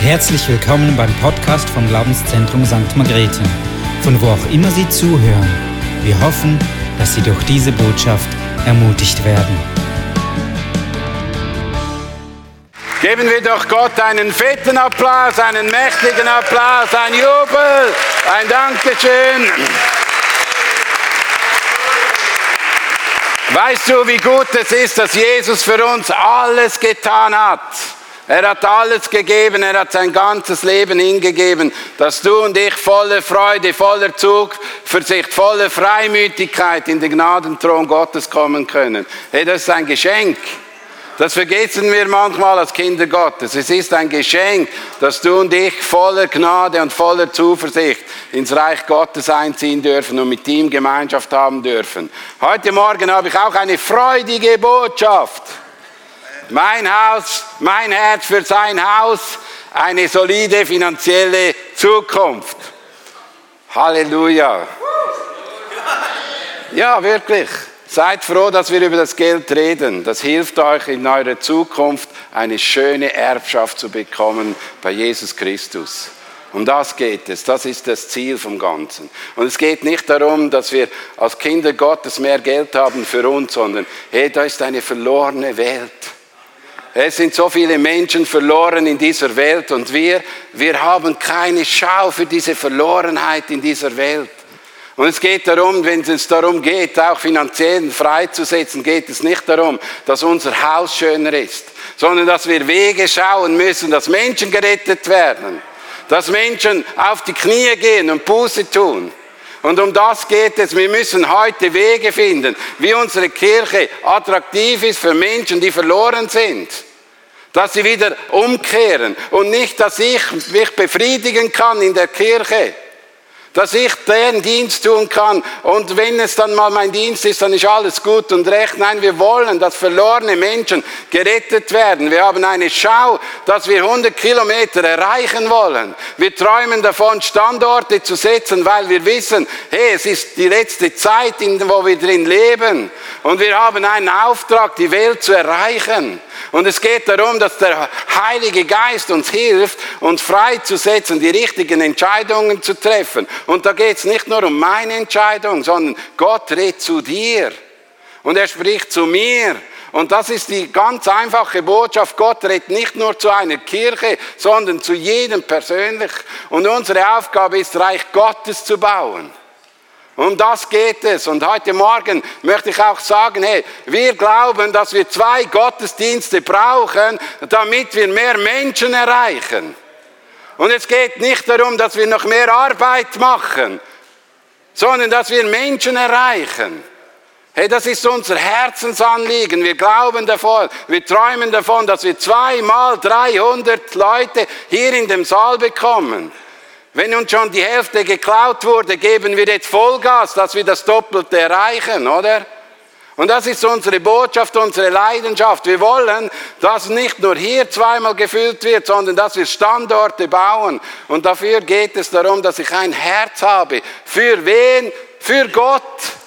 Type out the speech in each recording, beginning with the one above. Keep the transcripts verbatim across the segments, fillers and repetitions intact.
Herzlich willkommen beim Podcast vom Glaubenszentrum Sankt Margrethe, von wo auch immer Sie zuhören. Wir hoffen, dass Sie durch diese Botschaft ermutigt werden. Geben wir doch Gott einen fetten Applaus, einen mächtigen Applaus, ein Jubel, ein Dankeschön. Weißt du, wie gut es ist, dass Jesus für uns alles getan hat? Er hat alles gegeben, er hat sein ganzes Leben hingegeben, dass du und ich voller Freude, voller Zuversicht, voller Freimütigkeit in den Gnadenthron Gottes kommen können. Hey, das ist ein Geschenk. Das vergessen wir manchmal als Kinder Gottes. Es ist ein Geschenk, dass du und ich voller Gnade und voller Zuversicht ins Reich Gottes einziehen dürfen und mit ihm Gemeinschaft haben dürfen. Heute Morgen habe ich auch eine freudige Botschaft. Mein Haus, mein Herz für sein Haus, eine solide finanzielle Zukunft. Halleluja. Ja, wirklich. Seid froh, dass wir über das Geld reden. Das hilft euch in eurer Zukunft, eine schöne Erbschaft zu bekommen bei Jesus Christus. Um das geht es. Das ist das Ziel vom Ganzen. Und es geht nicht darum, dass wir als Kinder Gottes mehr Geld haben für uns, sondern hey, da ist eine verlorene Welt. Es sind so viele Menschen verloren in dieser Welt und wir, wir haben keine Schau für diese Verlorenheit in dieser Welt. Und es geht darum, wenn es darum geht, auch finanziell freizusetzen, geht es nicht darum, dass unser Haus schöner ist, sondern dass wir Wege schauen müssen, dass Menschen gerettet werden, dass Menschen auf die Knie gehen und Buße tun. Und um das geht es. Wir müssen heute Wege finden, wie unsere Kirche attraktiv ist für Menschen, die verloren sind. Dass sie wieder umkehren und nicht, dass ich mich befriedigen kann in der Kirche. Dass ich deren Dienst tun kann und wenn es dann mal mein Dienst ist, dann ist alles gut und recht. Nein, wir wollen, dass verlorene Menschen gerettet werden. Wir haben eine Schau, dass wir hundert Kilometer erreichen wollen. Wir träumen davon, Standorte zu setzen, weil wir wissen, hey, es ist die letzte Zeit, in der wir drin leben. Und wir haben einen Auftrag, die Welt zu erreichen. Und es geht darum, dass der Heilige Geist uns hilft, uns freizusetzen, die richtigen Entscheidungen zu treffen. Und da geht es nicht nur um meine Entscheidung, sondern Gott redet zu dir. Und er spricht zu mir. Und das ist die ganz einfache Botschaft. Gott redet nicht nur zu einer Kirche, sondern zu jedem persönlich. Und unsere Aufgabe ist, Reich Gottes zu bauen. Um das geht es. Und heute Morgen möchte ich auch sagen, hey, wir glauben, dass wir zwei Gottesdienste brauchen, damit wir mehr Menschen erreichen. Und es geht nicht darum, dass wir noch mehr Arbeit machen, sondern dass wir Menschen erreichen. Hey, das ist unser Herzensanliegen. Wir glauben davon, wir träumen davon, dass wir zweimal dreihundert Leute hier in dem Saal bekommen. Wenn uns schon die Hälfte geklaut wurde, geben wir jetzt Vollgas, dass wir das Doppelte erreichen, oder? Und das ist unsere Botschaft, unsere Leidenschaft. Wir wollen, dass nicht nur hier zweimal gefüllt wird, sondern dass wir Standorte bauen. Und dafür geht es darum, dass ich ein Herz habe. Für wen? Für Gott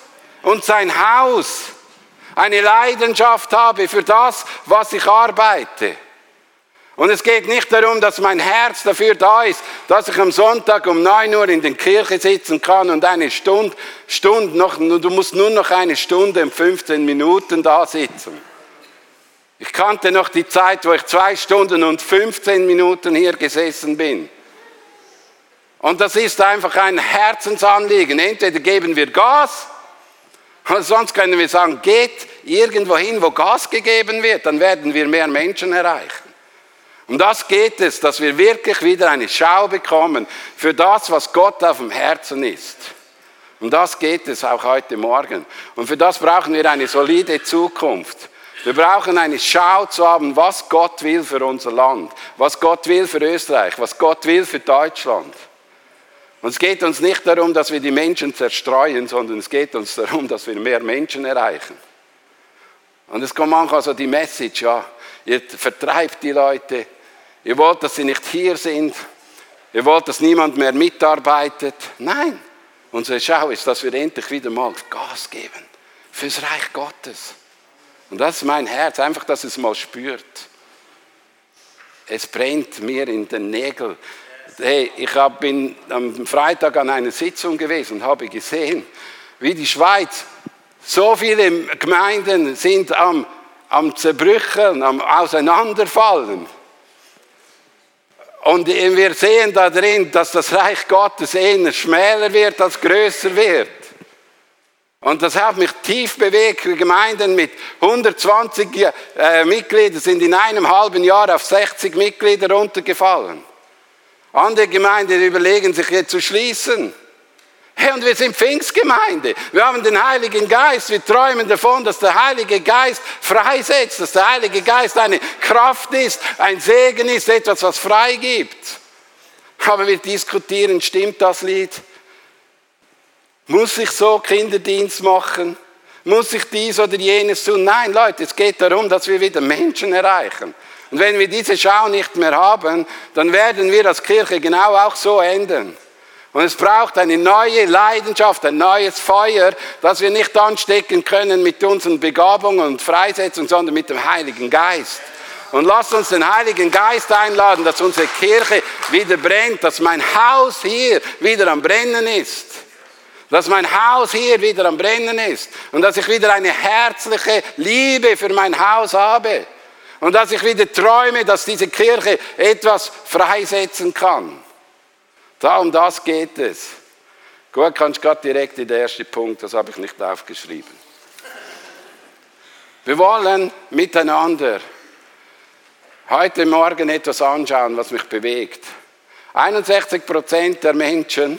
und sein Haus. Eine Leidenschaft habe für das, was ich arbeite. Und es geht nicht darum, dass mein Herz dafür da ist, dass ich am Sonntag um neun Uhr in der Kirche sitzen kann und eine Stunde, Stunde noch, du musst nur noch eine Stunde und fünfzehn Minuten da sitzen. Ich kannte noch die Zeit, wo ich zwei Stunden und fünfzehn Minuten hier gesessen bin. Und das ist einfach ein Herzensanliegen. Entweder geben wir Gas, oder sonst können wir sagen, geht irgendwo hin, wo Gas gegeben wird, dann werden wir mehr Menschen erreichen. Um das geht es, dass wir wirklich wieder eine Schau bekommen für das, was Gott auf dem Herzen ist. Um das geht es auch heute Morgen. Und für das brauchen wir eine solide Zukunft. Wir brauchen eine Schau zu haben, was Gott will für unser Land, was Gott will für Österreich, was Gott will für Deutschland. Und es geht uns nicht darum, dass wir die Menschen zerstreuen, sondern es geht uns darum, dass wir mehr Menschen erreichen. Und es kommt manchmal so die Message, ja, ihr vertreibt die Leute, ihr wollt, dass sie nicht hier sind, ihr wollt, dass niemand mehr mitarbeitet. Nein, unsere Schau ist, dass wir endlich wieder mal Gas geben fürs Reich Gottes. Und das ist mein Herz, einfach, dass es mal spürt. Es brennt mir in den Nägeln. Hey, ich bin am Freitag an einer Sitzung gewesen und habe gesehen, wie die Schweiz, so viele Gemeinden sind am, am Zerbrüchen, am Auseinanderfallen. Und wir sehen da drin, dass das Reich Gottes eher schmäler wird als größer wird. Und das hat mich tief bewegt. Gemeinden mit hundertzwanzig äh, Mitgliedern sind in einem halben Jahr auf sechzig Mitglieder runtergefallen. Andere Gemeinden überlegen sich jetzt zu schließen. Hey, und wir sind Pfingstgemeinde. Wir haben den Heiligen Geist. Wir träumen davon, dass der Heilige Geist freisetzt, dass der Heilige Geist eine Kraft ist, ein Segen ist, etwas, was frei gibt. Aber wir diskutieren, stimmt das Lied? Muss ich so Kinderdienst machen? Muss ich dies oder jenes tun? Nein, Leute, es geht darum, dass wir wieder Menschen erreichen. Und wenn wir diese Schau nicht mehr haben, dann werden wir als Kirche genau auch so enden. Und es braucht eine neue Leidenschaft, ein neues Feuer, das wir nicht anstecken können mit unseren Begabungen und Freisetzungen, sondern mit dem Heiligen Geist. Und lasst uns den Heiligen Geist einladen, dass unsere Kirche wieder brennt, dass mein Haus hier wieder am Brennen ist. Dass mein Haus hier wieder am Brennen ist. Und dass ich wieder eine herzliche Liebe für mein Haus habe. Und dass ich wieder träume, dass diese Kirche etwas freisetzen kann. Da um das geht es. Gut, kannst du gerade direkt in den ersten Punkt, das habe ich nicht aufgeschrieben. Wir wollen miteinander heute Morgen etwas anschauen, was mich bewegt. einundsechzig Prozent der Menschen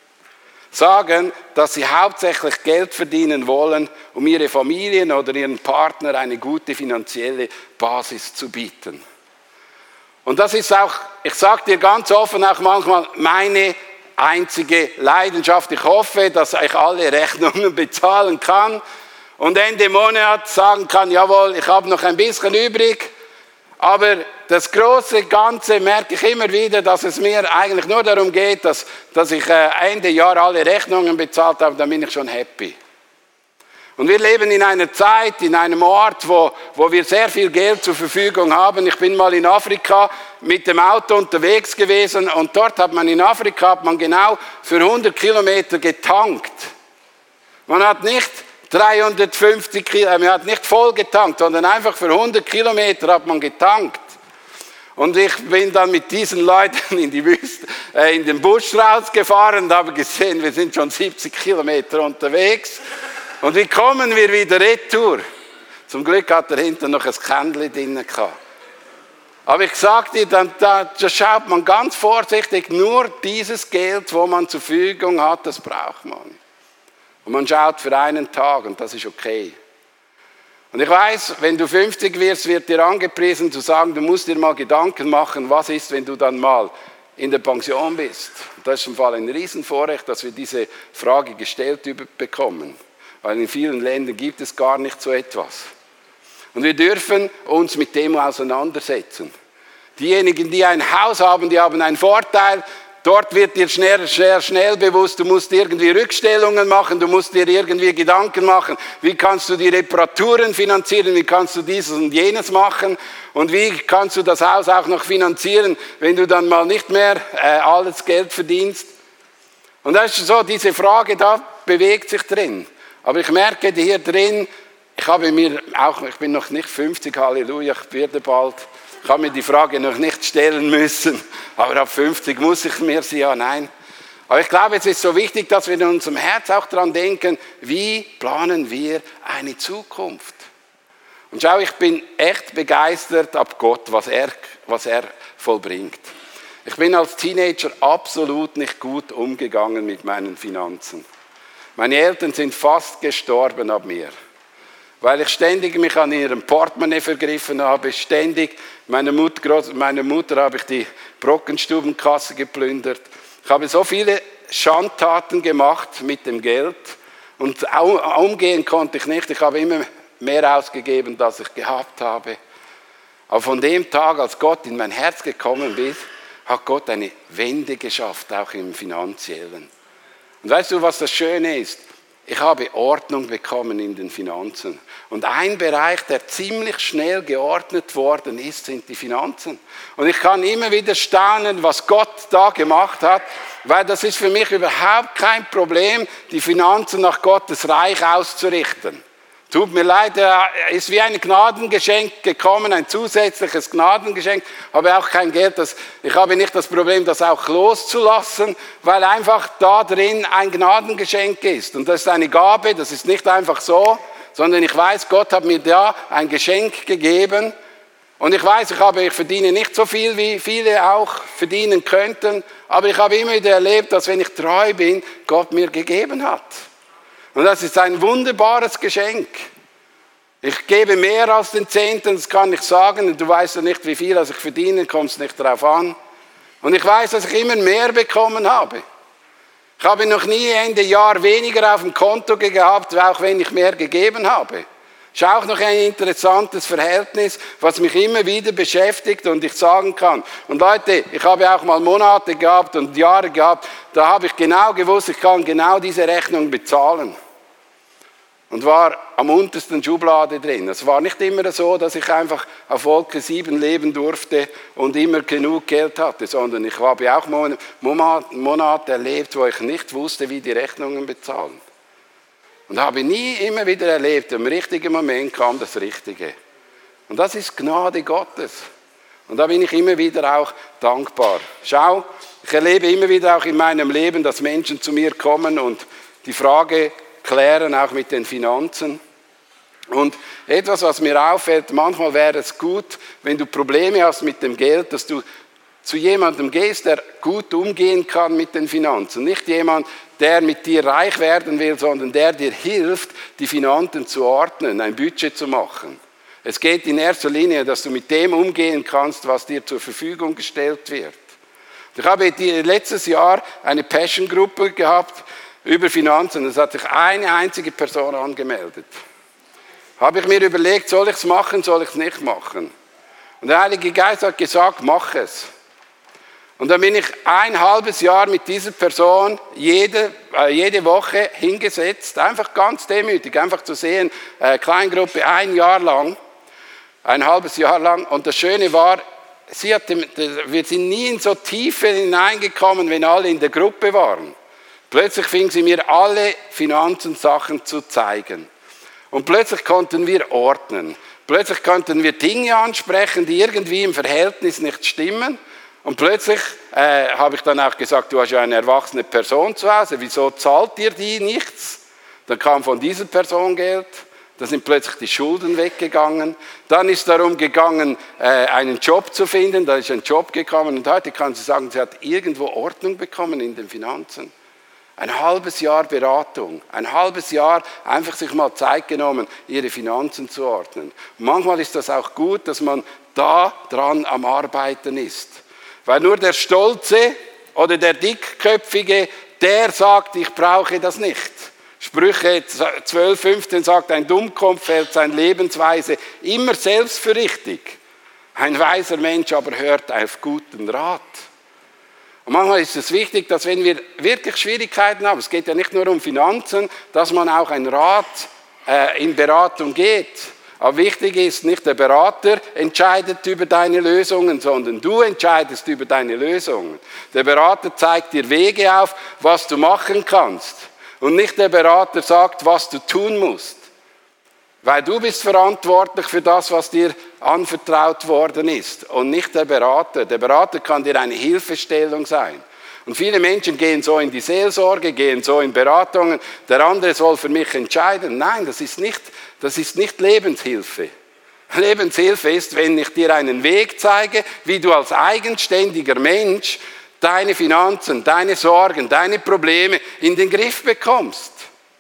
sagen, dass sie hauptsächlich Geld verdienen wollen, um ihre Familien oder ihren Partner eine gute finanzielle Basis zu bieten. Und das ist auch, ich sage dir ganz offen, auch manchmal meine einzige Leidenschaft. Ich hoffe, dass ich alle Rechnungen bezahlen kann und Ende Monat sagen kann, jawohl, ich habe noch ein bisschen übrig. Aber das große Ganze merke ich immer wieder, dass es mir eigentlich nur darum geht, dass, dass ich Ende Jahr alle Rechnungen bezahlt habe, dann bin ich schon happy. Und wir leben in einer Zeit, in einem Ort, wo, wo wir sehr viel Geld zur Verfügung haben. Ich bin mal in Afrika mit dem Auto unterwegs gewesen und dort hat man in Afrika hat man genau für hundert Kilometer getankt. Man hat nicht dreihundertfünfzig Kilometer, man hat nicht voll getankt, sondern einfach für hundert Kilometer hat man getankt. Und ich bin dann mit diesen Leuten in die Wüste, äh, in den Busch rausgefahren und habe gesehen, wir sind schon siebzig Kilometer unterwegs. Und wie kommen wir wieder retour? Zum Glück hat er hinten noch ein Kännchen drin gehabt. Aber ich sage dir, dann, da, da schaut man ganz vorsichtig, nur dieses Geld, wo man zur Verfügung hat, das braucht man. Und man schaut für einen Tag und das ist okay. Und ich weiß, wenn du fünfzig wirst, wird dir angepriesen zu sagen, du musst dir mal Gedanken machen, was ist, wenn du dann mal in der Pension bist. Und das ist im Fall ein Riesenvorrecht, dass wir diese Frage gestellt bekommen. Weil in vielen Ländern gibt es gar nicht so etwas. Und wir dürfen uns mit dem auseinandersetzen. Diejenigen, die ein Haus haben, die haben einen Vorteil. Dort wird dir schnell, schnell, schnell bewusst, du musst irgendwie Rückstellungen machen, du musst dir irgendwie Gedanken machen, wie kannst du die Reparaturen finanzieren, wie kannst du dieses und jenes machen und wie kannst du das Haus auch noch finanzieren, wenn du dann mal nicht mehr äh, alles Geld verdienst. Und das ist so, diese Frage da bewegt sich drin. Aber ich merke hier drin, ich habe mir auch, ich bin noch nicht fünfzig, Halleluja, ich werde bald. Ich habe mir die Frage noch nicht stellen müssen, aber ab fünfzig muss ich mir sie, ja, nein. Aber ich glaube, es ist so wichtig, dass wir in unserem Herz auch daran denken, wie planen wir eine Zukunft. Und schau, ich bin echt begeistert ab Gott, was er, was er vollbringt. Ich bin als Teenager absolut nicht gut umgegangen mit meinen Finanzen. Meine Eltern sind fast gestorben ab mir. Weil ich ständig mich an ihrem Portemonnaie vergriffen habe, ständig meiner Mutter, meiner Mutter habe ich die Brockenstubenkasse geplündert. Ich habe so viele Schandtaten gemacht mit dem Geld und umgehen konnte ich nicht. Ich habe immer mehr ausgegeben, als ich gehabt habe. Aber von dem Tag, als Gott in mein Herz gekommen ist, hat Gott eine Wende geschafft, auch im Finanziellen. Und weißt du, was das Schöne ist? ich habe Ordnung bekommen in den Finanzen. Und ein Bereich, der ziemlich schnell geordnet worden ist, sind die Finanzen. Und ich kann immer wieder staunen, was Gott da gemacht hat, weil das ist für mich überhaupt kein Problem, die Finanzen nach Gottes Reich auszurichten. Tut mir leid, es ist wie ein Gnadengeschenk gekommen, ein zusätzliches Gnadengeschenk. Habe auch kein Geld, das, ich habe nicht das Problem, das auch loszulassen, weil einfach da drin ein Gnadengeschenk ist. Und das ist eine Gabe, das ist nicht einfach so, sondern ich weiß, Gott hat mir da ein Geschenk gegeben. Und ich weiß, ich, habe, ich verdiene nicht so viel, wie viele auch verdienen könnten, aber ich habe immer wieder erlebt, dass wenn ich treu bin, Gott mir gegeben hat. Und das ist ein wunderbares Geschenk. Ich gebe mehr als den Zehnten, das kann ich sagen. Und du weißt ja nicht, wie viel ich verdiene, kommt es nicht darauf an. Und ich weiß, dass ich immer mehr bekommen habe. Ich habe noch nie Ende Jahr weniger auf dem Konto gehabt, auch wenn ich mehr gegeben habe. Das ist auch noch ein interessantes Verhältnis, was mich immer wieder beschäftigt und ich sagen kann. Und Leute, ich habe auch mal Monate gehabt und Jahre gehabt, da habe ich genau gewusst, ich kann genau diese Rechnung bezahlen. Und war am untersten Schublade drin. Es war nicht immer so, dass ich einfach auf Wolke sieben leben durfte und immer genug Geld hatte, sondern ich habe auch Monate erlebt, wo ich nicht wusste, wie die Rechnungen bezahlen. Und habe nie immer wieder erlebt, im richtigen Moment kam das Richtige. Und das ist Gnade Gottes. Und da bin ich immer wieder auch dankbar. Schau, ich erlebe immer wieder auch in meinem Leben, dass Menschen zu mir kommen und die Frage klären, auch mit den Finanzen. Und etwas, was mir auffällt, manchmal wäre es gut, wenn du Probleme hast mit dem Geld, dass du zu jemandem gehst, der gut umgehen kann mit den Finanzen. Nicht jemand, der mit dir reich werden will, sondern der dir hilft, die Finanzen zu ordnen, ein Budget zu machen. Es geht in erster Linie, dass du mit dem umgehen kannst, was dir zur Verfügung gestellt wird. Ich habe letztes Jahr eine Passion-Gruppe gehabt über Finanzen. Es hat sich eine einzige Person angemeldet. Habe ich mir überlegt, soll ich es machen, soll ich es nicht machen? Und der Heilige Geist hat gesagt, mach es. Und dann bin ich ein halbes Jahr mit dieser Person jede, äh, jede Woche hingesetzt, einfach ganz demütig, einfach zu sehen, äh, Kleingruppe ein Jahr lang, ein halbes Jahr lang. Und das Schöne war, sie hatte, wir sind nie in so Tiefe hineingekommen, wenn alle in der Gruppe waren. Plötzlich fing sie mir alle Finanzensachen zu zeigen. Und plötzlich konnten wir ordnen. Plötzlich konnten wir Dinge ansprechen, die irgendwie im Verhältnis nicht stimmen. Und plötzlich äh, habe ich dann auch gesagt, du hast ja eine erwachsene Person zu Hause, wieso zahlt dir die nichts? Dann kam von dieser Person Geld, da sind plötzlich die Schulden weggegangen. Dann ist es darum gegangen, äh, einen Job zu finden, da ist ein Job gekommen. Und heute kann sie sagen, sie hat irgendwo Ordnung bekommen in den Finanzen. Ein halbes Jahr Beratung, ein halbes Jahr einfach sich mal Zeit genommen, ihre Finanzen zu ordnen. Und manchmal ist das auch gut, dass man da dran am Arbeiten ist. Weil nur der Stolze oder der Dickköpfige, der sagt, ich brauche das nicht. Sprüche zwölf, fünfzehn sagt, ein Dummkopf hält seine Lebensweise immer selbst für richtig. Ein weiser Mensch aber hört auf guten Rat. Und manchmal ist es wichtig, dass wenn wir wirklich Schwierigkeiten haben, es geht ja nicht nur um Finanzen, dass man auch einen Rat äh, in Beratung geht. Aber wichtig ist, nicht der Berater entscheidet über deine Lösungen, sondern du entscheidest über deine Lösungen. Der Berater zeigt dir Wege auf, was du machen kannst. Und nicht der Berater sagt, was du tun musst. Weil du bist verantwortlich für das, was dir anvertraut worden ist. Und nicht der Berater. Der Berater kann dir eine Hilfestellung sein. Und viele Menschen gehen so in die Seelsorge, gehen so in Beratungen. Der andere soll für mich entscheiden. Nein, das ist nicht, das ist nicht Lebenshilfe. Lebenshilfe ist, wenn ich dir einen Weg zeige, wie du als eigenständiger Mensch deine Finanzen, deine Sorgen, deine Probleme in den Griff bekommst.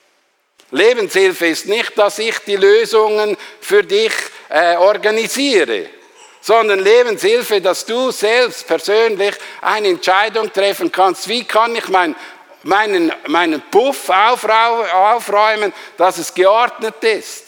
Lebenshilfe ist nicht, dass ich die Lösungen für dich äh, organisiere, sondern Lebenshilfe, dass du selbst persönlich eine Entscheidung treffen kannst. Wie kann ich mein, meinen, meinen Puff aufräumen, dass es geordnet ist?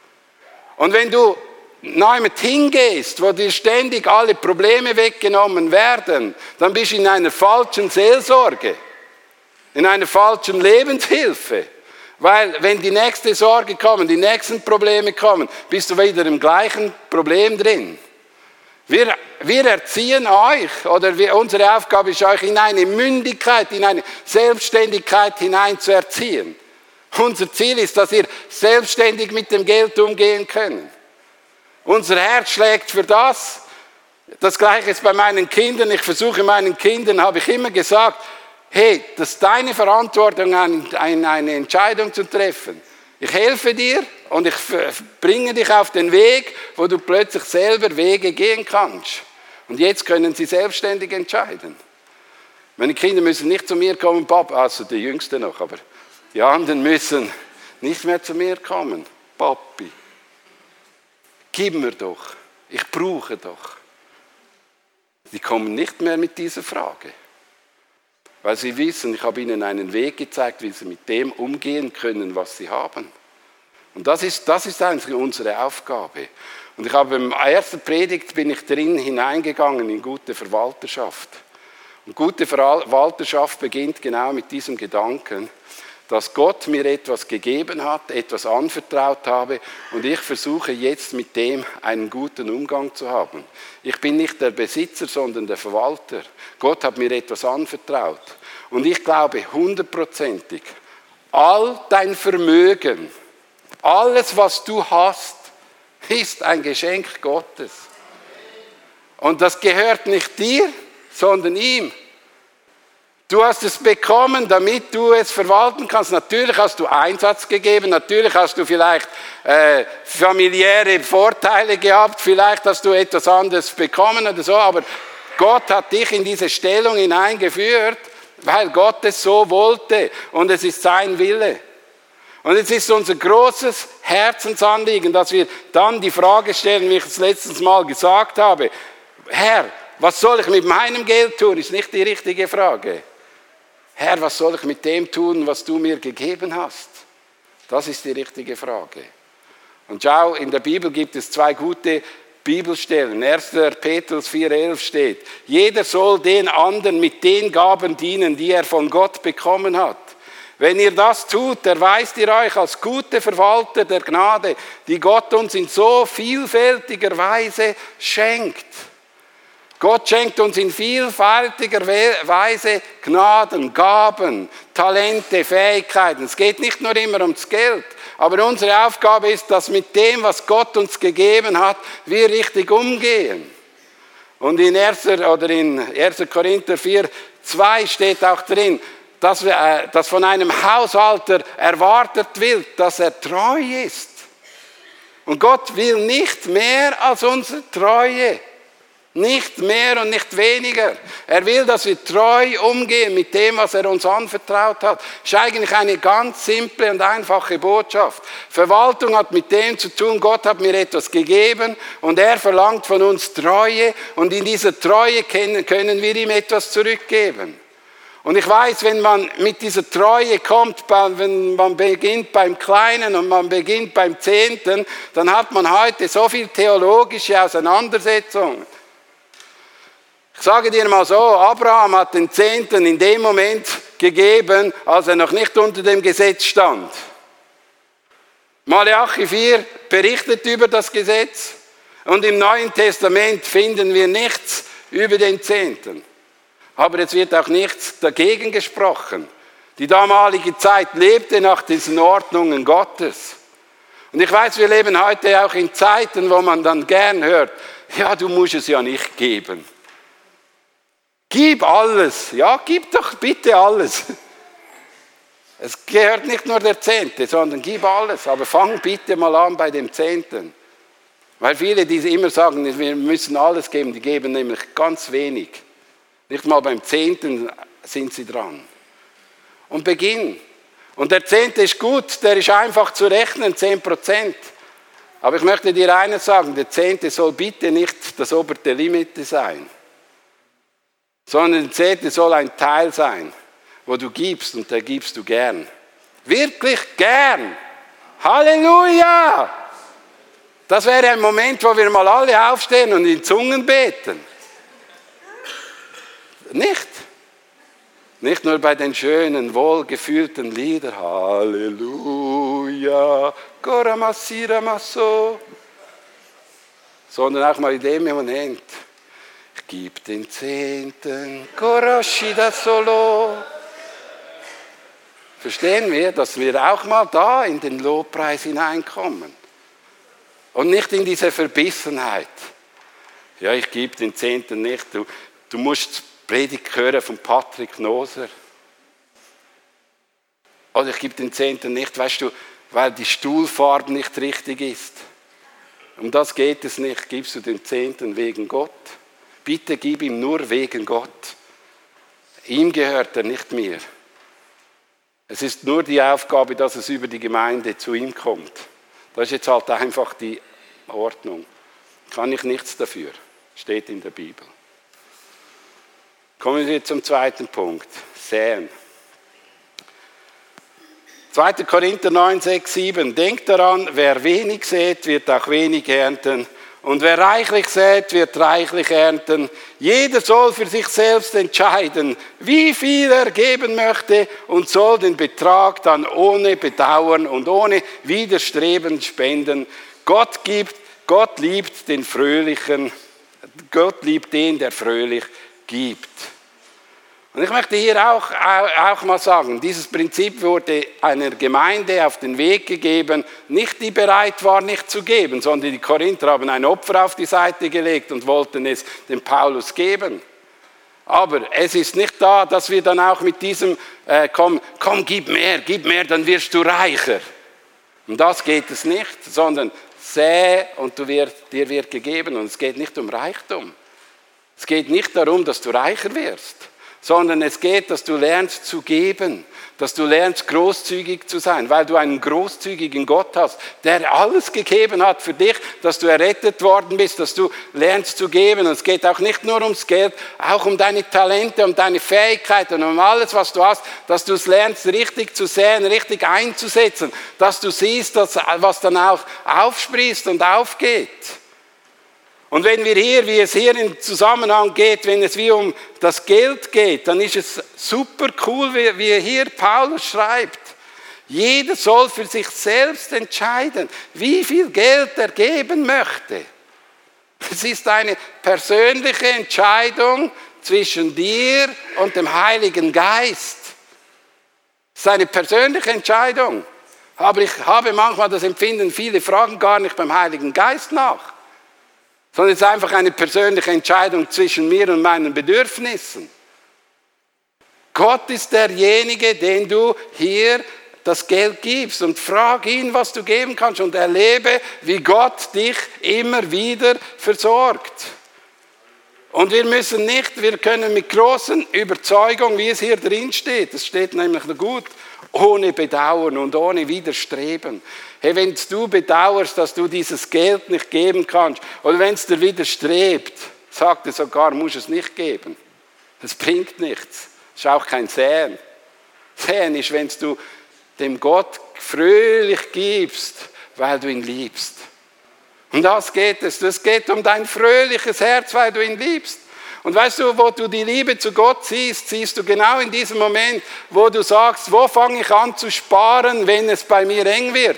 Und wenn du neu hingehst, wo dir ständig alle Probleme weggenommen werden, dann bist du in einer falschen Seelsorge, in einer falschen Lebenshilfe. Weil wenn die nächste Sorge kommt, die nächsten Probleme kommen, bist du wieder im gleichen Problem drin. Wir, wir erziehen euch, oder wir, unsere Aufgabe ist euch in eine Mündigkeit, in eine Selbstständigkeit hinein zu erziehen. Unser Ziel ist, dass ihr selbstständig mit dem Geld umgehen könnt. Unser Herz schlägt für das. Das Gleiche ist bei meinen Kindern. Ich versuche meinen Kindern, habe ich immer gesagt, hey, das ist deine Verantwortung, eine Entscheidung zu treffen. Ich helfe dir und ich bringe dich auf den Weg, wo du plötzlich selber Wege gehen kannst. Und jetzt können sie selbstständig entscheiden. Meine Kinder müssen nicht zu mir kommen, Papa, also der Jüngste noch, aber die anderen müssen nicht mehr zu mir kommen. Papi, gib mir doch, ich brauche doch. Die kommen nicht mehr mit dieser Frage. Weil sie wissen, ich habe ihnen einen Weg gezeigt, wie sie mit dem umgehen können, was sie haben. Und das ist, das ist eigentlich unsere Aufgabe. Und ich habe im ersten Predigt bin ich drin hineingegangen in gute Verwalterschaft. Und gute Verwalterschaft beginnt genau mit diesem Gedanken, dass Gott mir etwas gegeben hat, etwas anvertraut habe und ich versuche jetzt mit dem einen guten Umgang zu haben. Ich bin nicht der Besitzer, sondern der Verwalter. Gott hat mir etwas anvertraut. Und ich glaube hundertprozentig, all dein Vermögen, alles, was du hast, ist ein Geschenk Gottes. Und das gehört nicht dir, sondern ihm. Du hast es bekommen, damit du es verwalten kannst. Natürlich hast du Einsatz gegeben, natürlich hast du vielleicht äh, familiäre Vorteile gehabt, vielleicht hast du etwas anderes bekommen oder so, aber Gott hat dich in diese Stellung hineingeführt, weil Gott es so wollte und es ist sein Wille. Und es ist unser großes Herzensanliegen, dass wir dann die Frage stellen, wie ich es letztes Mal gesagt habe, Herr, was soll ich mit meinem Geld tun, ist nicht die richtige Frage. Herr, was soll ich mit dem tun, was du mir gegeben hast? Das ist die richtige Frage. Und schau, in der Bibel gibt es zwei gute Bibelstellen. erster Petrus vier elf steht, jeder soll den anderen mit den Gaben dienen, die er von Gott bekommen hat. Wenn ihr das tut, erweist ihr euch als gute Verwalter der Gnade, die Gott uns in so vielfältiger Weise schenkt. Gott schenkt uns in vielfältiger Weise Gnaden, Gaben, Talente, Fähigkeiten. Es geht nicht nur immer ums Geld, aber unsere Aufgabe ist, dass mit dem, was Gott uns gegeben hat, wir richtig umgehen. Und in erster oder in erster Korinther vier zwei steht auch drin, dass, wir, äh, dass von einem Haushalter erwartet wird, dass er treu ist. Und Gott will nicht mehr als unsere Treue. Nicht mehr und nicht weniger. Er will, dass wir treu umgehen mit dem, was er uns anvertraut hat. Das ist eigentlich eine ganz simple und einfache Botschaft. Verwaltung hat mit dem zu tun, Gott hat mir etwas gegeben und er verlangt von uns Treue und in dieser Treue können wir ihm etwas zurückgeben. Und ich weiß, wenn man mit dieser Treue kommt, wenn man beginnt beim Kleinen und man beginnt beim Zehnten, dann hat man heute so viel theologische Auseinandersetzungen. Ich sage dir mal so, Abraham hat den Zehnten in dem Moment gegeben, als er noch nicht unter dem Gesetz stand. Malachi vier berichtet über das Gesetz und im Neuen Testament finden wir nichts über den Zehnten. Aber es wird auch nichts dagegen gesprochen. Die damalige Zeit lebte nach diesen Ordnungen Gottes. Und ich weiß, wir leben heute auch in Zeiten, wo man dann gern hört, ja, du musst es ja nicht geben. Gib alles. Ja, gib doch bitte alles. Es gehört nicht nur der Zehnte, sondern gib alles. Aber fang bitte mal an bei dem Zehnten. Weil viele, die immer sagen, wir müssen alles geben, die geben nämlich ganz wenig. Nicht mal beim Zehnten sind sie dran. Und beginn. Und der Zehnte ist gut, der ist einfach zu rechnen, zehn Prozent. Aber ich möchte dir eines sagen, der Zehnte soll bitte nicht das oberste Limit sein. Sondern der Zehnte soll ein Teil sein, wo du gibst und der gibst du gern. Wirklich gern. Halleluja! Das wäre ein Moment, wo wir mal alle aufstehen und in Zungen beten. Nicht? Nicht nur bei den schönen, wohlgefühlten Liedern, Halleluja, Goramasira Maso, sondern auch mal in dem Moment, ich gebe den Zehnten, Gorashida Solo. Verstehen wir, dass wir auch mal da in den Lobpreis hineinkommen und nicht in diese Verbissenheit. Ja, ich gebe den Zehnten nicht, du, du musst Predigt hören von Patrick Noser. Oder ich gebe den Zehnten nicht, weißt du, weil die Stuhlfarbe nicht richtig ist. Um das geht es nicht. Gibst du den Zehnten wegen Gott? Bitte gib ihm nur wegen Gott. Ihm gehört er, nicht mir. Es ist nur die Aufgabe, dass es über die Gemeinde zu ihm kommt. Das ist jetzt halt einfach die Ordnung. Kann ich nichts dafür. Steht in der Bibel. Kommen wir zum zweiten Punkt. Säen. zweiter Korinther neun, sechs, sieben. Denkt daran, wer wenig sät, wird auch wenig ernten. Und wer reichlich sät, wird reichlich ernten. Jeder soll für sich selbst entscheiden, wie viel er geben möchte und soll den Betrag dann ohne Bedauern und ohne Widerstreben spenden. Gott gibt, Gott liebt den Fröhlichen, Gott liebt den, der fröhlich gibt. Und ich möchte hier auch, auch mal sagen, dieses Prinzip wurde einer Gemeinde auf den Weg gegeben, nicht die bereit war, nicht zu geben, sondern die Korinther haben ein Opfer auf die Seite gelegt und wollten es dem Paulus geben. Aber es ist nicht da, dass wir dann auch mit diesem, äh, komm, komm, gib mehr, gib mehr, dann wirst du reicher. Um das geht es nicht, sondern säe und du wird, dir wird gegeben. Und es geht nicht um Reichtum. Es geht nicht darum, dass du reicher wirst, sondern es geht, dass du lernst zu geben, dass du lernst großzügig zu sein, weil du einen großzügigen Gott hast, der alles gegeben hat für dich, dass du errettet worden bist, dass du lernst zu geben. Und es geht auch nicht nur ums Geld, auch um deine Talente, um deine Fähigkeiten, um alles, was du hast, dass du es lernst, richtig zu säen, richtig einzusetzen, dass du siehst, dass, was dann auch aufsprießt und aufgeht. Und wenn wir hier, wie es hier im Zusammenhang geht, wenn es wie um das Geld geht, dann ist es super cool, wie hier Paulus schreibt. Jeder soll für sich selbst entscheiden, wie viel Geld er geben möchte. Es ist eine persönliche Entscheidung zwischen dir und dem Heiligen Geist. Es ist eine persönliche Entscheidung. Aber ich habe manchmal das Empfinden, viele fragen gar nicht beim Heiligen Geist nach. Sondern es ist einfach eine persönliche Entscheidung zwischen mir und meinen Bedürfnissen. Gott ist derjenige, den du hier das Geld gibst und frag ihn, was du geben kannst und erlebe, wie Gott dich immer wieder versorgt. Und wir müssen nicht, wir können mit großen Überzeugung, wie es hier drin steht, es steht nämlich noch gut, ohne Bedauern und ohne Widerstreben. Hey, wenn du bedauerst, dass du dieses Geld nicht geben kannst, oder wenn es dir widerstrebt, sagt er sogar, musst du es nicht geben. Das bringt nichts. Das ist auch kein Säen. Säen ist, wenn du dem Gott fröhlich gibst, weil du ihn liebst. Und das geht es. Es geht um dein fröhliches Herz, weil du ihn liebst. Und weißt du, wo du die Liebe zu Gott siehst, siehst du genau in diesem Moment, wo du sagst, wo fange ich an zu sparen, wenn es bei mir eng wird?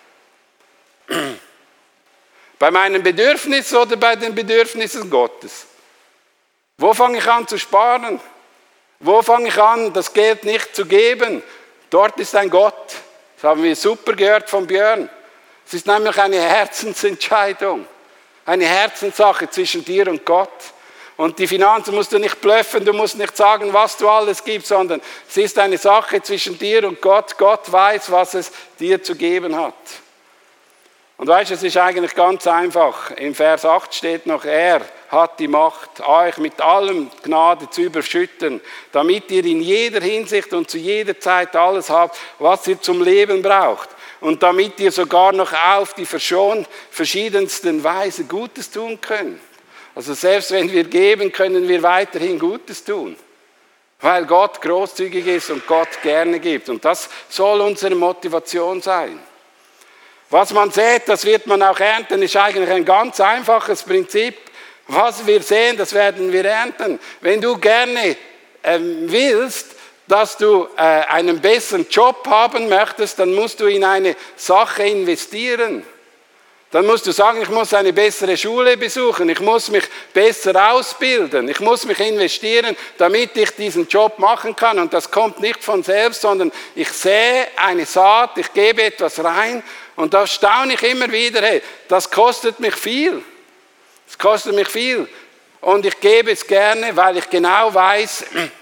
Bei meinen Bedürfnissen oder bei den Bedürfnissen Gottes? Wo fange ich an zu sparen? Wo fange ich an, das Geld nicht zu geben? Dort ist ein Gott. Das haben wir super gehört von Björn. Es ist nämlich eine Herzensentscheidung. Eine Herzenssache zwischen dir und Gott. Und die Finanzen musst du nicht blöffen, du musst nicht sagen, was du alles gibst, sondern es ist eine Sache zwischen dir und Gott. Gott weiß, was es dir zu geben hat. Und weißt du, es ist eigentlich ganz einfach. Im Vers acht steht noch, er hat die Macht, euch mit allem Gnade zu überschütten, damit ihr in jeder Hinsicht und zu jeder Zeit alles habt, was ihr zum Leben braucht. Und damit ihr sogar noch auf die verschiedensten Weise Gutes tun könnt. Also selbst wenn wir geben, können wir weiterhin Gutes tun. Weil Gott großzügig ist und Gott gerne gibt. Und das soll unsere Motivation sein. Was man sät, das wird man auch ernten, ist eigentlich ein ganz einfaches Prinzip. Was wir säen, das werden wir ernten. Wenn du gerne ähm, willst, dass du äh, einen besseren Job haben möchtest, dann musst du in eine Sache investieren. Dann musst du sagen, ich muss eine bessere Schule besuchen, ich muss mich besser ausbilden, ich muss mich investieren, damit ich diesen Job machen kann. Und das kommt nicht von selbst, sondern ich sähe eine Saat, ich gebe etwas rein und da staune ich immer wieder, hey, das kostet mich viel. Das kostet mich viel. Und ich gebe es gerne, weil ich genau weiß,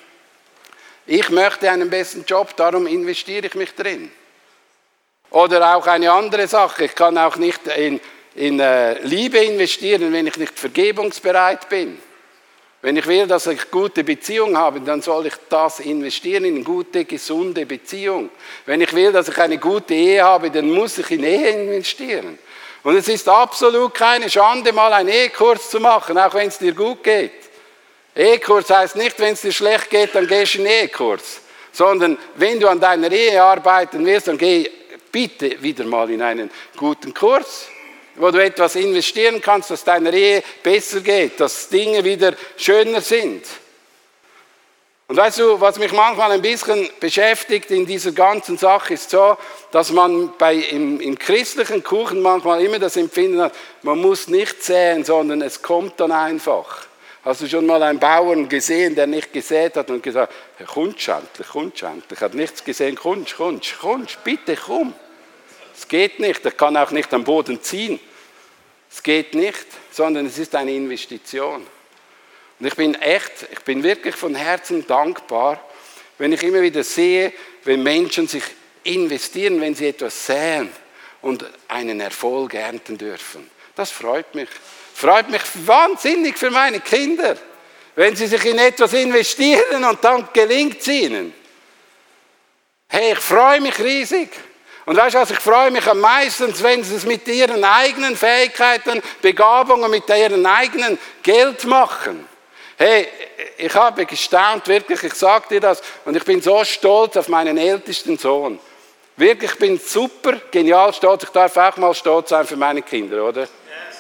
ich möchte einen besseren Job, darum investiere ich mich drin. Oder auch eine andere Sache, ich kann auch nicht in, in äh, Liebe investieren, wenn ich nicht vergebungsbereit bin. Wenn ich will, dass ich gute Beziehung habe, dann soll ich das investieren in eine gute, gesunde Beziehung. Wenn ich will, dass ich eine gute Ehe habe, dann muss ich in Ehe investieren. Und es ist absolut keine Schande, mal einen Ehekurs zu machen, auch wenn es dir gut geht. Ehekurs heißt nicht, wenn es dir schlecht geht, dann gehst du in den Ehekurs. Sondern wenn du an deiner Ehe arbeiten willst, dann geh bitte wieder mal in einen guten Kurs, wo du etwas investieren kannst, dass deiner Ehe besser geht, dass Dinge wieder schöner sind. Und weißt du, was mich manchmal ein bisschen beschäftigt in dieser ganzen Sache, ist so, dass man bei, im, im christlichen Kuchen manchmal immer das Empfinden hat, man muss nicht säen, sondern es kommt dann einfach. Hast du schon mal einen Bauern gesehen, der nicht gesät hat und gesagt, kommst endlich, kommst endlich, hat nichts gesehen, kommst, kommst, kommst, bitte komm. Es geht nicht, er kann auch nicht am Boden ziehen. Es geht nicht, sondern es ist eine Investition. Und ich bin echt, ich bin wirklich von Herzen dankbar, wenn ich immer wieder sehe, wenn Menschen sich investieren, wenn sie etwas säen und einen Erfolg ernten dürfen. Das freut mich. Freut mich wahnsinnig für meine Kinder, wenn sie sich in etwas investieren und dann gelingt es ihnen. Hey, ich freue mich riesig. Und weißt du was, ich freue mich am meisten, wenn sie es mit ihren eigenen Fähigkeiten, Begabungen, mit ihren eigenen Geld machen. Hey, ich habe gestaunt, wirklich, ich sage dir das, und ich bin so stolz auf meinen ältesten Sohn. Wirklich, ich bin super, genial stolz. Ich darf auch mal stolz sein für meine Kinder, oder? Yes.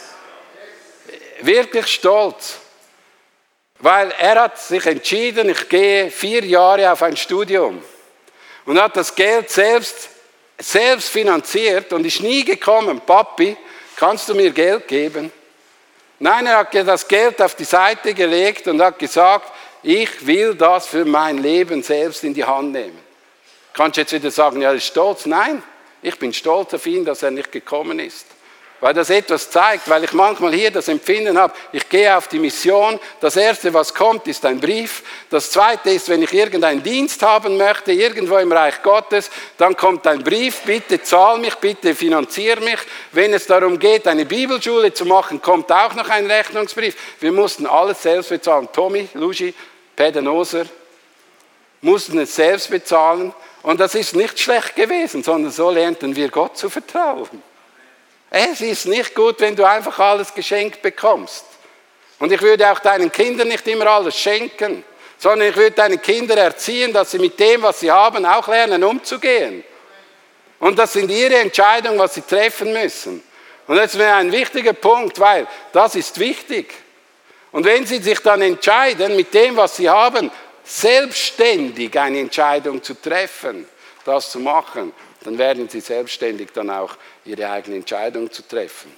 Wirklich stolz. Weil er hat sich entschieden, ich gehe vier Jahre auf ein Studium. Und hat das Geld selbst, selbst finanziert und ist nie gekommen, Papi, kannst du mir Geld geben? Nein, er hat das Geld auf die Seite gelegt und hat gesagt, ich will das für mein Leben selbst in die Hand nehmen. Kannst du jetzt wieder sagen, ja, er ist stolz? Nein, ich bin stolz auf ihn, dass er nicht gekommen ist. Weil das etwas zeigt, weil ich manchmal hier das Empfinden habe, ich gehe auf die Mission, das Erste, was kommt, ist ein Brief. Das Zweite ist, wenn ich irgendeinen Dienst haben möchte, irgendwo im Reich Gottes, dann kommt ein Brief, bitte zahl mich, bitte finanzier mich. Wenn es darum geht, eine Bibelschule zu machen, kommt auch noch ein Rechnungsbrief. Wir mussten alles selbst bezahlen. Tommy, Luigi, Pedenoser mussten es selbst bezahlen. Und das ist nicht schlecht gewesen, sondern so lernten wir Gott zu vertrauen. Es ist nicht gut, wenn du einfach alles geschenkt bekommst. Und ich würde auch deinen Kindern nicht immer alles schenken, sondern ich würde deine Kinder erziehen, dass sie mit dem, was sie haben, auch lernen, umzugehen. Und das sind ihre Entscheidungen, was sie treffen müssen. Und das wäre ein wichtiger Punkt, weil das ist wichtig. Und wenn sie sich dann entscheiden, mit dem, was sie haben, selbstständig eine Entscheidung zu treffen, das zu machen, dann werden sie selbstständig dann auch ihre eigene Entscheidung zu treffen.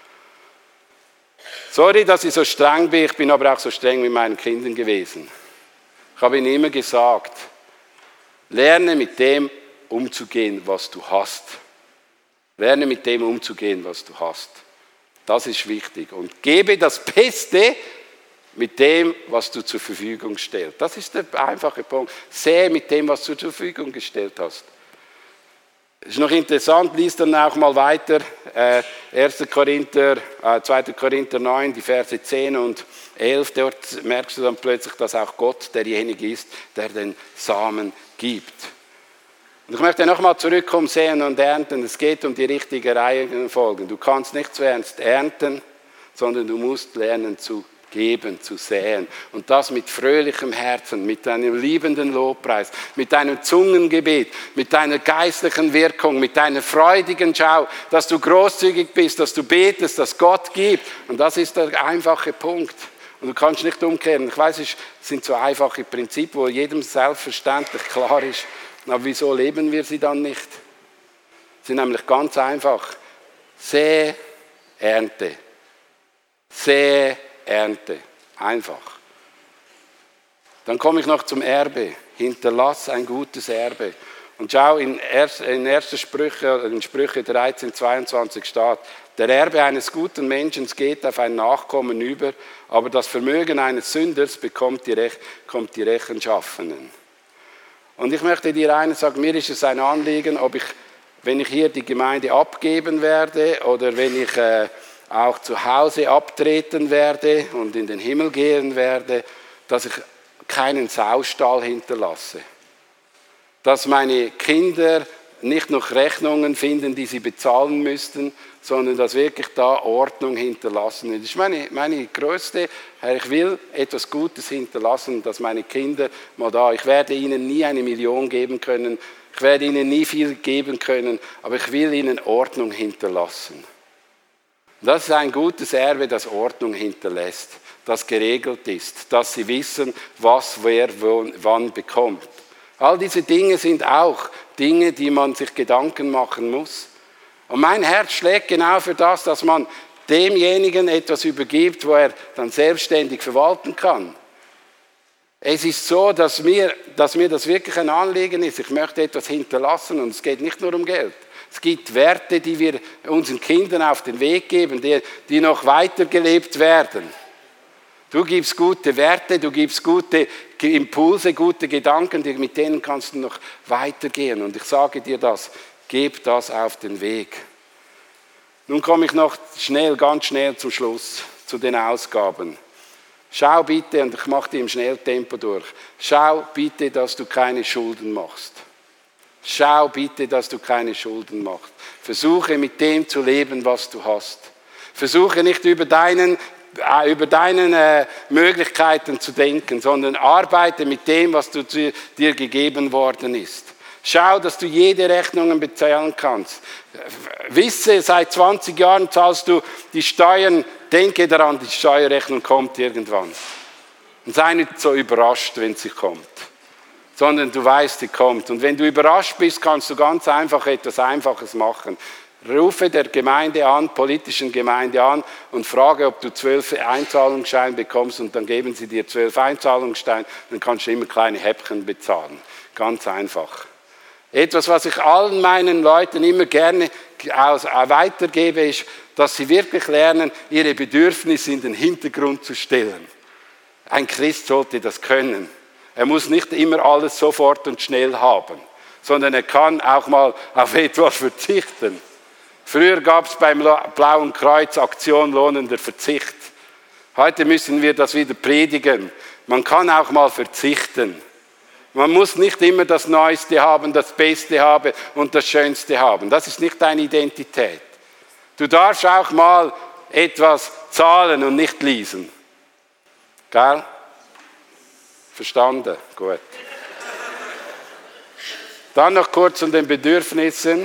Sorry, dass ich so streng bin, ich bin aber auch so streng mit meinen Kindern gewesen. Ich habe ihnen immer gesagt, lerne mit dem umzugehen, was du hast. Lerne mit dem umzugehen, was du hast. Das ist wichtig. Und gebe das Beste mit dem, was du zur Verfügung stellst. Das ist der einfache Punkt. Sähe mit dem, was du zur Verfügung gestellt hast. Es ist noch interessant, liest dann auch mal weiter, äh, erster Korinther, äh, zweiter Korinther neun, die Verse zehn und elf, dort merkst du dann plötzlich, dass auch Gott derjenige ist, der den Samen gibt. Und ich möchte nochmal zurückkommen, säen und ernten, es geht um die richtige Reihenfolge. Du kannst nicht zuerst ernten, sondern du musst lernen zu geben, zu säen. Und das mit fröhlichem Herzen, mit einem liebenden Lobpreis, mit deinem Zungengebet, mit deiner geistlichen Wirkung, mit deiner freudigen Schau, dass du großzügig bist, dass du betest, dass Gott gibt. Und das ist der einfache Punkt. Und du kannst nicht umkehren. Ich weiß, es sind so einfache Prinzipien, wo jedem selbstverständlich klar ist. Aber wieso leben wir sie dann nicht? Sie sind nämlich ganz einfach. Säe, Ernte. Säe, Ernte. Einfach. Dann komme ich noch zum Erbe. Hinterlass ein gutes Erbe. Und schau, in ersten Sprüche, in Sprüche dreizehn, zweiundzwanzig steht, der Erbe eines guten Menschen geht auf ein Nachkommen über, aber das Vermögen eines Sünders bekommt die, Rech- kommt die Rechenschaffenen. Und ich möchte dir eines sagen, mir ist es ein Anliegen, ob ich, wenn ich hier die Gemeinde abgeben werde oder wenn ich äh, auch zu Hause abtreten werde und in den Himmel gehen werde, dass ich keinen Saustall hinterlasse. Dass meine Kinder nicht noch Rechnungen finden, die sie bezahlen müssten, sondern dass wirklich da Ordnung hinterlassen wird. Das ist meine, meine größte, ich will etwas Gutes hinterlassen, dass meine Kinder mal da, ich werde ihnen nie eine Million geben können, ich werde ihnen nie viel geben können, aber ich will ihnen Ordnung hinterlassen. Das ist ein gutes Erbe, das Ordnung hinterlässt, das geregelt ist, dass sie wissen, was wer wann bekommt. All diese Dinge sind auch Dinge, die man sich Gedanken machen muss. Und mein Herz schlägt genau für das, dass man demjenigen etwas übergibt, wo er dann selbstständig verwalten kann. Es ist so, dass mir, dass mir das wirklich ein Anliegen ist. Ich möchte etwas hinterlassen und es geht nicht nur um Geld. Es gibt Werte, die wir unseren Kindern auf den Weg geben, die, die noch weitergelebt werden. Du gibst gute Werte, du gibst gute Impulse, gute Gedanken, mit denen kannst du noch weitergehen. Und ich sage dir das, gib das auf den Weg. Nun komme ich noch schnell, ganz schnell zum Schluss, zu den Ausgaben. Schau bitte, und ich mache die im Schnelltempo durch, schau bitte, dass du keine Schulden machst. Schau bitte, dass du keine Schulden machst. Versuche mit dem zu leben, was du hast. Versuche nicht über deinen über deine äh, Möglichkeiten zu denken, sondern arbeite mit dem, was du, zu, dir gegeben worden ist. Schau, dass du jede Rechnung bezahlen kannst. Wisse, seit zwanzig Jahren zahlst du die Steuern, denke daran, die Steuerrechnung kommt irgendwann. Und sei nicht so überrascht, wenn sie kommt, sondern du weißt, sie kommt. Und wenn du überrascht bist, kannst du ganz einfach etwas Einfaches machen. Rufe der Gemeinde an, politischen Gemeinde an und frage, ob du zwölf Einzahlungsscheine bekommst und dann geben sie dir zwölf Einzahlungsscheine, dann kannst du immer kleine Häppchen bezahlen. Ganz einfach. Etwas, was ich allen meinen Leuten immer gerne weitergebe, ist, dass sie wirklich lernen, ihre Bedürfnisse in den Hintergrund zu stellen. Ein Christ sollte das können. Er muss nicht immer alles sofort und schnell haben, sondern er kann auch mal auf etwas verzichten. Früher gab es beim Blauen Kreuz Aktion lohnender Verzicht. Heute müssen wir das wieder predigen. Man kann auch mal verzichten. Man muss nicht immer das Neueste haben, das Beste haben und das Schönste haben. Das ist nicht deine Identität. Du darfst auch mal etwas zahlen und nicht leasen. Gell? Verstanden? Gut. Dann noch kurz zu den Bedürfnissen.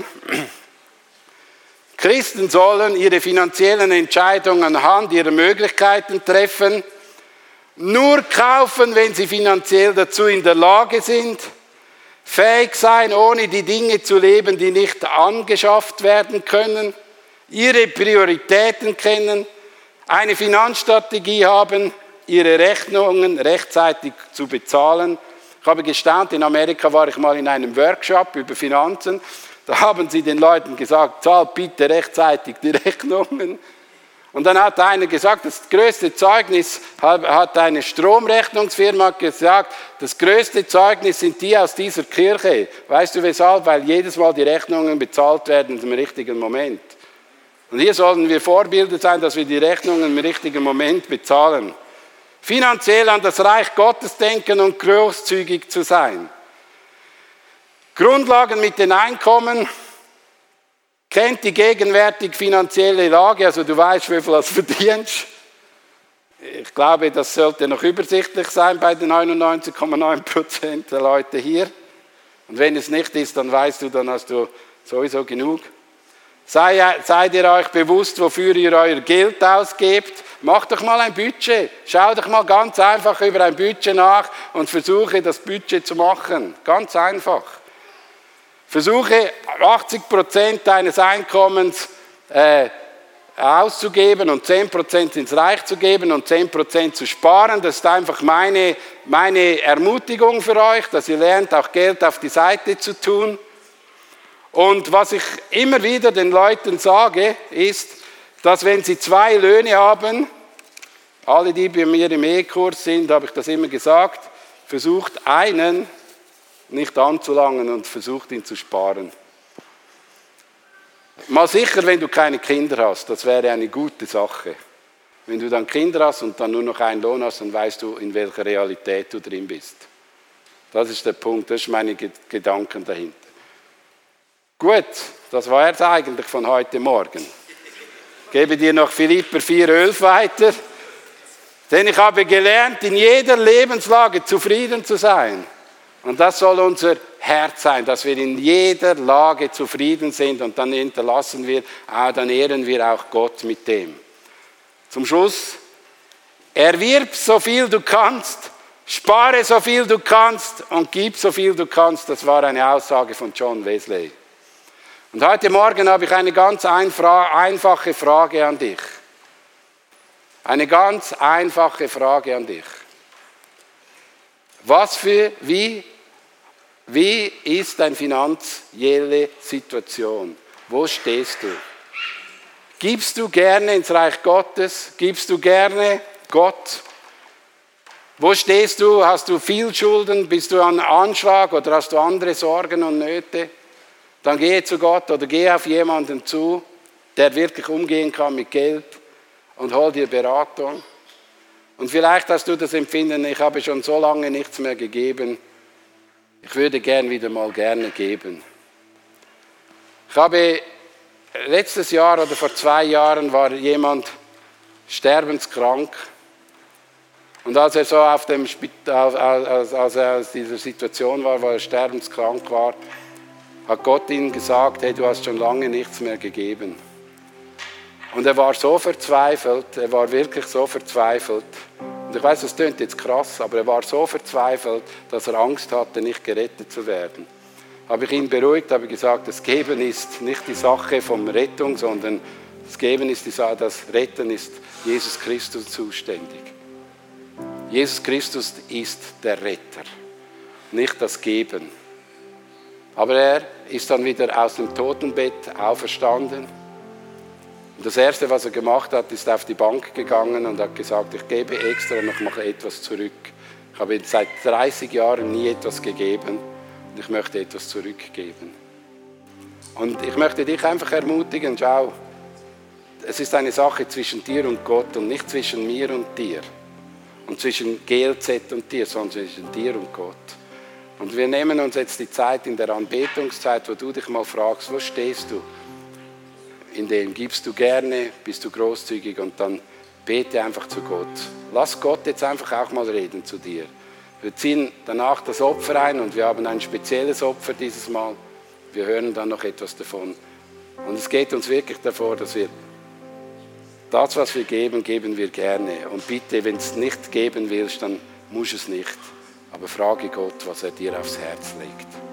Christen sollen ihre finanziellen Entscheidungen anhand ihrer Möglichkeiten treffen, nur kaufen, wenn sie finanziell dazu in der Lage sind, fähig sein, ohne die Dinge zu leben, die nicht angeschafft werden können, ihre Prioritäten kennen, eine Finanzstrategie haben, ihre Rechnungen rechtzeitig zu bezahlen. Ich habe gestaunt, in Amerika war ich mal in einem Workshop über Finanzen. Da haben sie den Leuten gesagt, zahlt bitte rechtzeitig die Rechnungen. Und dann hat einer gesagt, das größte Zeugnis, hat eine Stromrechnungsfirma gesagt, das größte Zeugnis sind die aus dieser Kirche. Weißt du weshalb? Weil jedes Mal die Rechnungen bezahlt werden im richtigen Moment. Und hier sollten wir Vorbilder sein, dass wir die Rechnungen im richtigen Moment bezahlen. Finanziell an das Reich Gottes denken und großzügig zu sein. Grundlagen mit den Einkommen, kennt die gegenwärtig finanzielle Lage, also du weißt, wie viel du verdienst. Ich glaube, das sollte noch übersichtlich sein bei den neunundneunzig Komma neun Prozent der Leute hier. Und wenn es nicht ist, dann weißt du, dann hast du sowieso genug. Sei, seid ihr euch bewusst, wofür ihr euer Geld ausgebt? Macht doch mal ein Budget. Schau doch mal ganz einfach über ein Budget nach und versuche, das Budget zu machen. Ganz einfach. Versuche, achtzig Prozent deines Einkommens äh, auszugeben und zehn Prozent ins Reich zu geben und zehn Prozent zu sparen. Das ist einfach meine, meine Ermutigung für euch, dass ihr lernt, auch Geld auf die Seite zu tun. Und was ich immer wieder den Leuten sage, ist, dass wenn sie zwei Löhne haben, alle, die bei mir im Ehekurs sind, habe ich das immer gesagt, versucht einen nicht anzulangen und versucht ihn zu sparen. Mal sicher, wenn du keine Kinder hast, das wäre eine gute Sache. Wenn du dann Kinder hast und dann nur noch einen Lohn hast, dann weißt du, in welcher Realität du drin bist. Das ist der Punkt, das ist meine Gedanken dahinter. Gut, das war es eigentlich von heute Morgen. Ich gebe dir noch Philipper vier elf weiter. Denn ich habe gelernt, in jeder Lebenslage zufrieden zu sein. Und das soll unser Herz sein, dass wir in jeder Lage zufrieden sind und dann hinterlassen wir, ah, dann ehren wir auch Gott mit dem. Zum Schluss, erwirb so viel du kannst, spare so viel du kannst und gib so viel du kannst. Das war eine Aussage von John Wesley. Und heute Morgen habe ich eine ganz einfache Frage an dich. Eine ganz einfache Frage an dich. Was für, wie, wie ist deine finanzielle Situation? Wo stehst du? Gibst du gerne ins Reich Gottes? Gibst du gerne Gott? Wo stehst du? Hast du viel Schulden? Bist du an Anschlag oder hast du andere Sorgen und Nöte? Dann gehe zu Gott oder gehe auf jemanden zu, der wirklich umgehen kann mit Geld und hol dir Beratung. Und vielleicht hast du das Empfinden, ich habe schon so lange nichts mehr gegeben, ich würde gern wieder mal gerne geben. Ich habe letztes Jahr oder vor zwei Jahren war jemand sterbenskrank. Und als er so auf dem Spital, als, als er aus dieser Situation war, wo er sterbenskrank war, hat Gott ihm gesagt, hey, du hast schon lange nichts mehr gegeben. Und er war so verzweifelt, er war wirklich so verzweifelt. Und ich weiß, das klingt jetzt krass, aber er war so verzweifelt, dass er Angst hatte, nicht gerettet zu werden. Habe ich ihn beruhigt, habe gesagt, das Geben ist nicht die Sache von Rettung, sondern das Geben ist die Sache, das Retten ist Jesus Christus zuständig. Jesus Christus ist der Retter, nicht das Geben. Aber er ist dann wieder aus dem Totenbett auferstanden. Und das Erste, was er gemacht hat, ist auf die Bank gegangen und hat gesagt, ich gebe extra noch mal etwas zurück. Ich habe seit dreißig Jahren nie etwas gegeben und ich möchte etwas zurückgeben. Und ich möchte dich einfach ermutigen, schau, es ist eine Sache zwischen dir und Gott und nicht zwischen mir und dir. Und zwischen G L Z und dir, sondern zwischen dir und Gott. Und wir nehmen uns jetzt die Zeit in der Anbetungszeit, wo du dich mal fragst, wo stehst du? In dem gibst du gerne, bist du großzügig und dann bete einfach zu Gott. Lass Gott jetzt einfach auch mal reden zu dir. Wir ziehen danach das Opfer ein und wir haben ein spezielles Opfer dieses Mal. Wir hören dann noch etwas davon. Und es geht uns wirklich davor, dass wir das, was wir geben, geben wir gerne. Und bitte, wenn es nicht geben willst, dann musst du es nicht. Aber frage Gott, was er dir aufs Herz legt.